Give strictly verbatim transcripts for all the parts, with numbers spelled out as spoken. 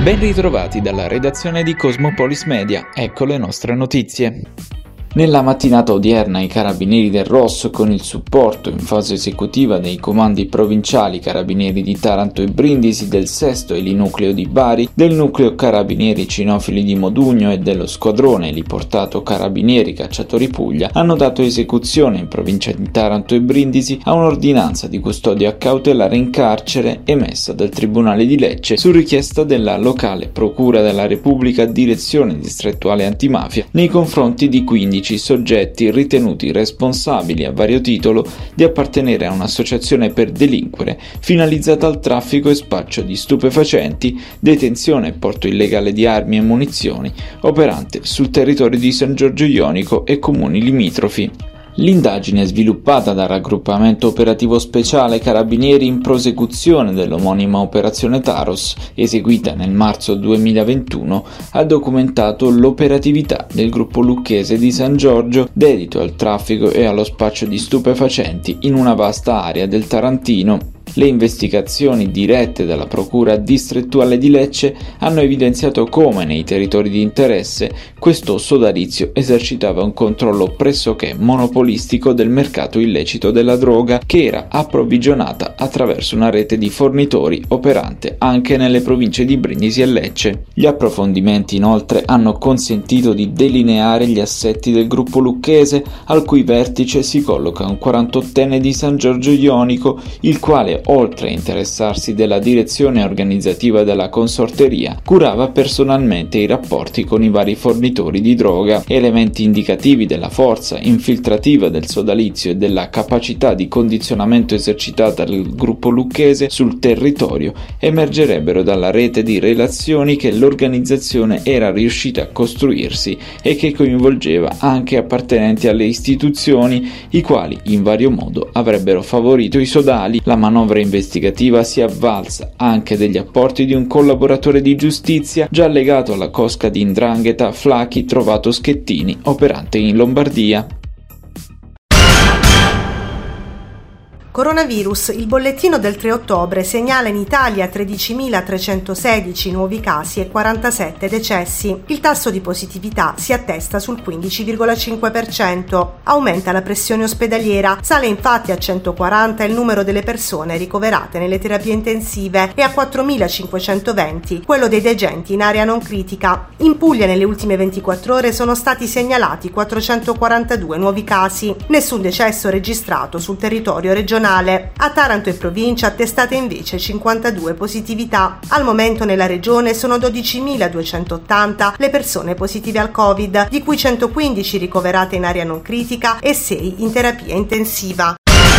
Ben ritrovati dalla redazione di Cosmopolis Media, ecco le nostre notizie. Nella mattinata odierna i Carabinieri del Rosso, con il supporto in fase esecutiva dei comandi provinciali Carabinieri di Taranto e Brindisi, del Sesto Elinucleo di Bari, del Nucleo Carabinieri Cinofili di Modugno e dello Squadrone Eliportato Carabinieri Cacciatori Puglia, hanno dato esecuzione in provincia di Taranto e Brindisi a un'ordinanza di custodia cautelare in carcere emessa dal Tribunale di Lecce su richiesta della locale Procura della Repubblica Direzione Distrettuale Antimafia nei confronti di quindici soggetti ritenuti responsabili a vario titolo di appartenere a un'associazione per delinquere finalizzata al traffico e spaccio di stupefacenti, detenzione e porto illegale di armi e munizioni, operante sul territorio di San Giorgio Jonico e comuni limitrofi. L'indagine, sviluppata dal raggruppamento operativo speciale Carabinieri in prosecuzione dell'omonima operazione Taros, eseguita nel marzo duemilaventuno, ha documentato l'operatività del gruppo lucchese di San Giorgio dedito al traffico e allo spaccio di stupefacenti in una vasta area del Tarantino. Le investigazioni dirette dalla Procura distrettuale di Lecce hanno evidenziato come nei territori di interesse questo sodalizio esercitava un controllo pressoché monopolistico del mercato illecito della droga, che era approvvigionata attraverso una rete di fornitori operante anche nelle province di Brindisi e Lecce. Gli approfondimenti inoltre hanno consentito di delineare gli assetti del gruppo lucchese, al cui vertice si colloca un quarantottenne di San Giorgio Jonico, il quale, oltre a interessarsi della direzione organizzativa della consorteria, curava personalmente i rapporti con i vari fornitori di droga. Elementi indicativi della forza infiltrativa del sodalizio e della capacità di condizionamento esercitata dal gruppo lucchese sul territorio emergerebbero dalla rete di relazioni che l'organizzazione era riuscita a costruirsi e che coinvolgeva anche appartenenti alle istituzioni, i quali in vario modo avrebbero favorito i sodali. La manovra investigativa si è avvalsa anche degli apporti di un collaboratore di giustizia già legato alla cosca di 'ndrangheta Flacchi Trovato Schettini, operante in Lombardia. Coronavirus. Il bollettino del tre ottobre segnala in Italia tredicimilatrecentosedici nuovi casi e quarantasette decessi. Il tasso di positività si attesta sul quindici virgola cinque per cento. Aumenta la pressione ospedaliera, sale infatti a centoquaranta il numero delle persone ricoverate nelle terapie intensive e a quattromilacinquecentoventi quello dei degenti in area non critica. In Puglia nelle ultime ventiquattro ore sono stati segnalati quattrocentoquarantadue nuovi casi, nessun decesso registrato sul territorio regionale. A Taranto e provincia attestate invece cinquantadue positività. Al momento nella regione sono dodicimiladuecentottanta le persone positive al Covid, di cui centoquindici ricoverate in area non critica e sei in terapia intensiva.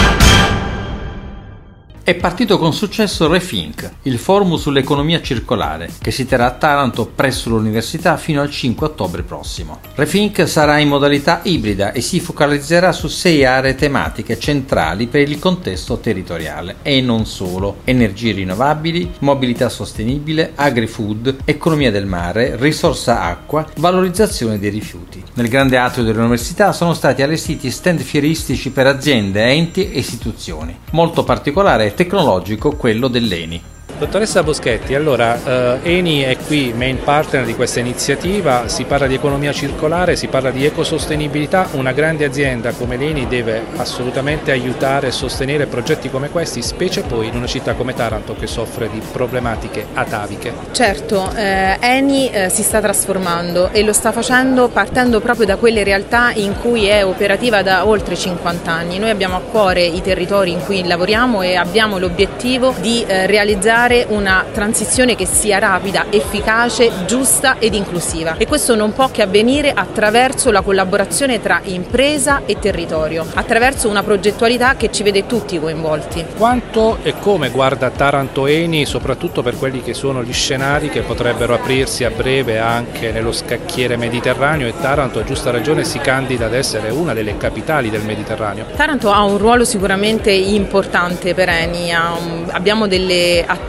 È partito con successo ReThink, il forum sull'economia circolare, che si terrà a Taranto presso l'università fino al cinque ottobre prossimo. ReThink sarà in modalità ibrida e si focalizzerà su sei aree tematiche centrali per il contesto territoriale e non solo: energie rinnovabili, mobilità sostenibile, agri-food, economia del mare, risorsa acqua, valorizzazione dei rifiuti. Nel grande atrio dell'università sono stati allestiti stand fieristici per aziende, enti e istituzioni. Molto particolare tecnologico quello dell'Eni. Dottoressa Boschetti, allora eh, Eni è qui main partner di questa iniziativa, si parla di economia circolare, si parla di ecosostenibilità. Una grande azienda come l'Eni deve assolutamente aiutare e sostenere progetti come questi, specie poi in una città come Taranto che soffre di problematiche ataviche. Certo, eh, Eni eh, si sta trasformando e lo sta facendo partendo proprio da quelle realtà in cui è operativa da oltre cinquanta anni. Noi abbiamo a cuore i territori in cui lavoriamo e abbiamo l'obiettivo di eh, realizzare una transizione che sia rapida, efficace, giusta ed inclusiva, e questo non può che avvenire attraverso la collaborazione tra impresa e territorio, attraverso una progettualità che ci vede tutti coinvolti. Quanto e come guarda Taranto Eni, soprattutto per quelli che sono gli scenari che potrebbero aprirsi a breve anche nello scacchiere mediterraneo, e Taranto a giusta ragione si candida ad essere una delle capitali del Mediterraneo? Taranto ha un ruolo sicuramente importante per Eni, abbiamo delle attività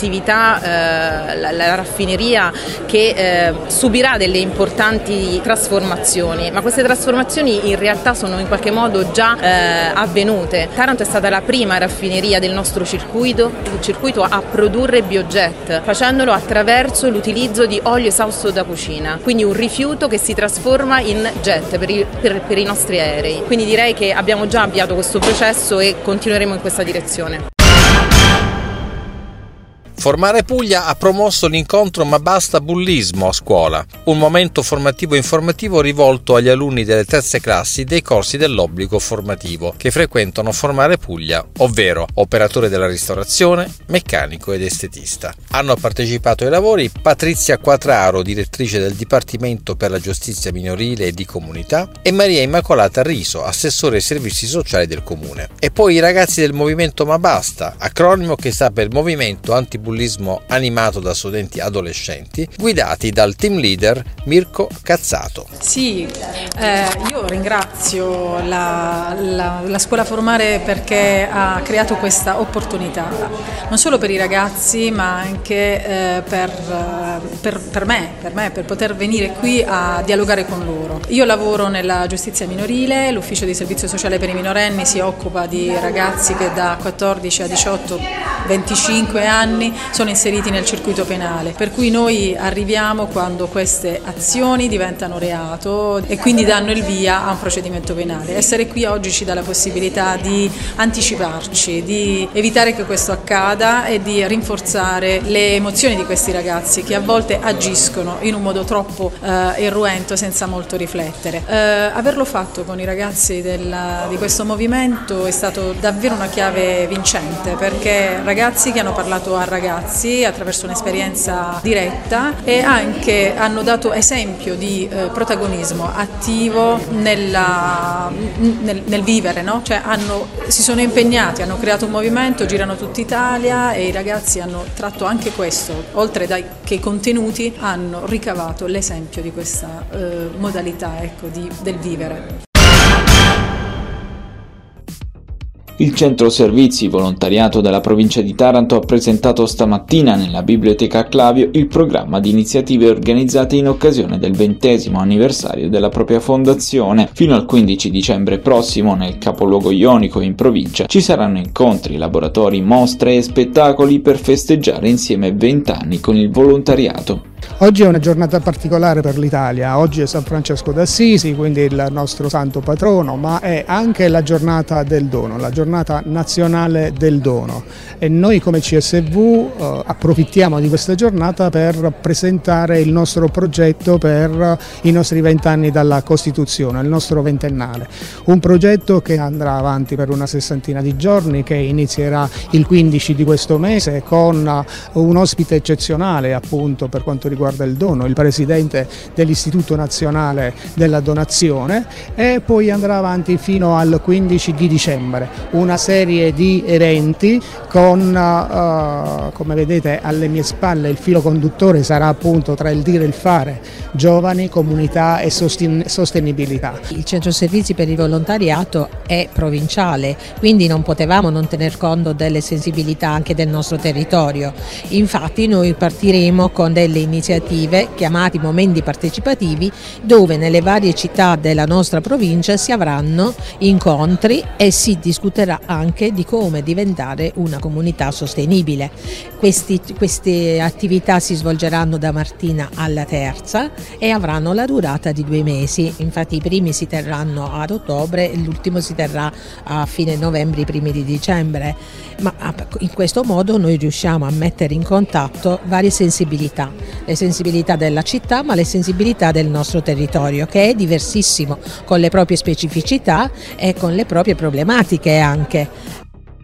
un'attività, eh, la, la raffineria che eh, subirà delle importanti trasformazioni, ma queste trasformazioni in realtà sono in qualche modo già eh, avvenute. Taranto è stata la prima raffineria del nostro circuito, circuito a produrre biojet, facendolo attraverso l'utilizzo di olio esausto da cucina, quindi un rifiuto che si trasforma in jet per i, per, per i nostri aerei. Quindi direi che abbiamo già avviato questo processo e continueremo in questa direzione. Formare Puglia ha promosso l'incontro Ma Basta Bullismo a scuola, un momento formativo e informativo rivolto agli alunni delle terze classi dei corsi dell'obbligo formativo che frequentano Formare Puglia, ovvero operatore della ristorazione, meccanico ed estetista. Hanno partecipato ai lavori Patrizia Quatraro, direttrice del Dipartimento per la Giustizia Minorile e di Comunità, e Maria Immacolata Riso, assessore ai servizi sociali del comune. E poi i ragazzi del Movimento Ma Basta, acronimo che sta per Movimento Antibullismo animato da studenti adolescenti, guidati dal team leader Mirko Cazzato. Sì, eh, io ringrazio la, la, la scuola Formare perché ha creato questa opportunità, non solo per i ragazzi ma anche eh, per, per, per, me, per me, per poter venire qui a dialogare con loro. Io lavoro nella giustizia minorile, l'ufficio di servizio sociale per i minorenni si occupa di ragazzi che da quattordici a diciotto venticinque anni sono inseriti nel circuito penale, per cui noi arriviamo quando queste azioni diventano reato e quindi danno il via a un procedimento penale. Essere qui oggi ci dà la possibilità di anticiparci, di evitare che questo accada e di rinforzare le emozioni di questi ragazzi che a volte agiscono in un modo troppo eh, irruento senza molto riflettere. Eh, averlo fatto con i ragazzi del, di questo movimento è stato davvero una chiave vincente, perché ragazzi che hanno parlato a ragazzi attraverso un'esperienza diretta e anche hanno dato esempio di eh, protagonismo attivo nella, nel, nel vivere, no? Cioè hanno, si sono impegnati, hanno creato un movimento, girano tutta Italia e i ragazzi hanno tratto anche questo, oltre dai che contenuti hanno ricavato l'esempio di questa eh, modalità, ecco, di, del vivere. Il Centro Servizi Volontariato della provincia di Taranto ha presentato stamattina nella Biblioteca Clavio il programma di iniziative organizzate in occasione del ventesimo anniversario della propria fondazione. Fino al quindici dicembre prossimo, nel capoluogo ionico in provincia, ci saranno incontri, laboratori, mostre e spettacoli per festeggiare insieme vent'anni con il volontariato. Oggi è una giornata particolare per l'Italia, oggi è San Francesco d'Assisi, quindi il nostro santo patrono, ma è anche la giornata del dono, la giornata nazionale del dono, e noi come C S V eh, approfittiamo di questa giornata per presentare il nostro progetto per i nostri vent'anni dalla Costituzione, il nostro ventennale, un progetto che andrà avanti per una sessantina di giorni, che inizierà il quindici di questo mese con un ospite eccezionale appunto per quanto riguarda il dono, il presidente dell'Istituto Nazionale della Donazione, e poi andrà avanti fino al quindici di dicembre, una serie di eventi con, uh, come vedete alle mie spalle, il filo conduttore sarà appunto tra il dire e il fare, giovani, comunità e sosten- sostenibilità. Il Centro Servizi per il Volontariato è provinciale, quindi non potevamo non tener conto delle sensibilità anche del nostro territorio. Infatti noi partiremo con delle iniziative chiamati momenti partecipativi, dove nelle varie città della nostra provincia si avranno incontri e si discuterà anche di come diventare una comunità sostenibile. Questi, queste attività si svolgeranno da Martina alla Terza e avranno la durata di due mesi, infatti i primi si terranno ad ottobre e l'ultimo si terrà a fine novembre, i primi di dicembre, ma in questo modo noi riusciamo a mettere in contatto varie sensibilità, le sensibilità della città ma le sensibilità del nostro territorio, che è diversissimo, con le proprie specificità e con le proprie problematiche anche.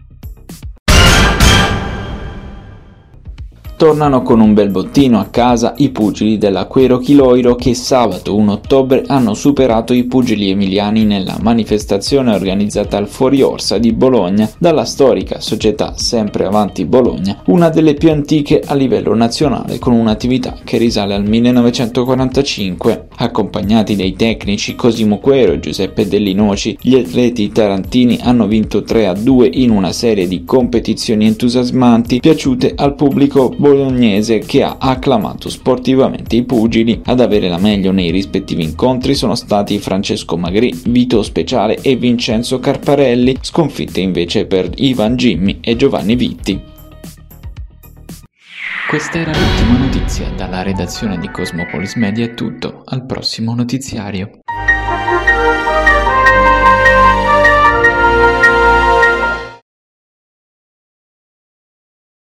Tornano con un bel bottino a casa i pugili della Quero Chiloiro, che sabato primo ottobre hanno superato i pugili emiliani nella manifestazione organizzata al Fuori Orsa di Bologna dalla storica società Sempre Avanti Bologna, una delle più antiche a livello nazionale, con un'attività che risale al millenovecentoquarantacinque. Accompagnati dai tecnici Cosimo Quero e Giuseppe Dellinoci, gli atleti tarantini hanno vinto tre a due in una serie di competizioni entusiasmanti, piaciute al pubblico bolognese che ha acclamato sportivamente i pugili. Ad avere la meglio nei rispettivi incontri sono stati Francesco Magri, Vito Speciale e Vincenzo Carparelli, sconfitte invece per Ivan Jimmy e Giovanni Vitti. Questa era l'ultima notizia. Dalla redazione di Cosmopolis Media è tutto, al prossimo notiziario.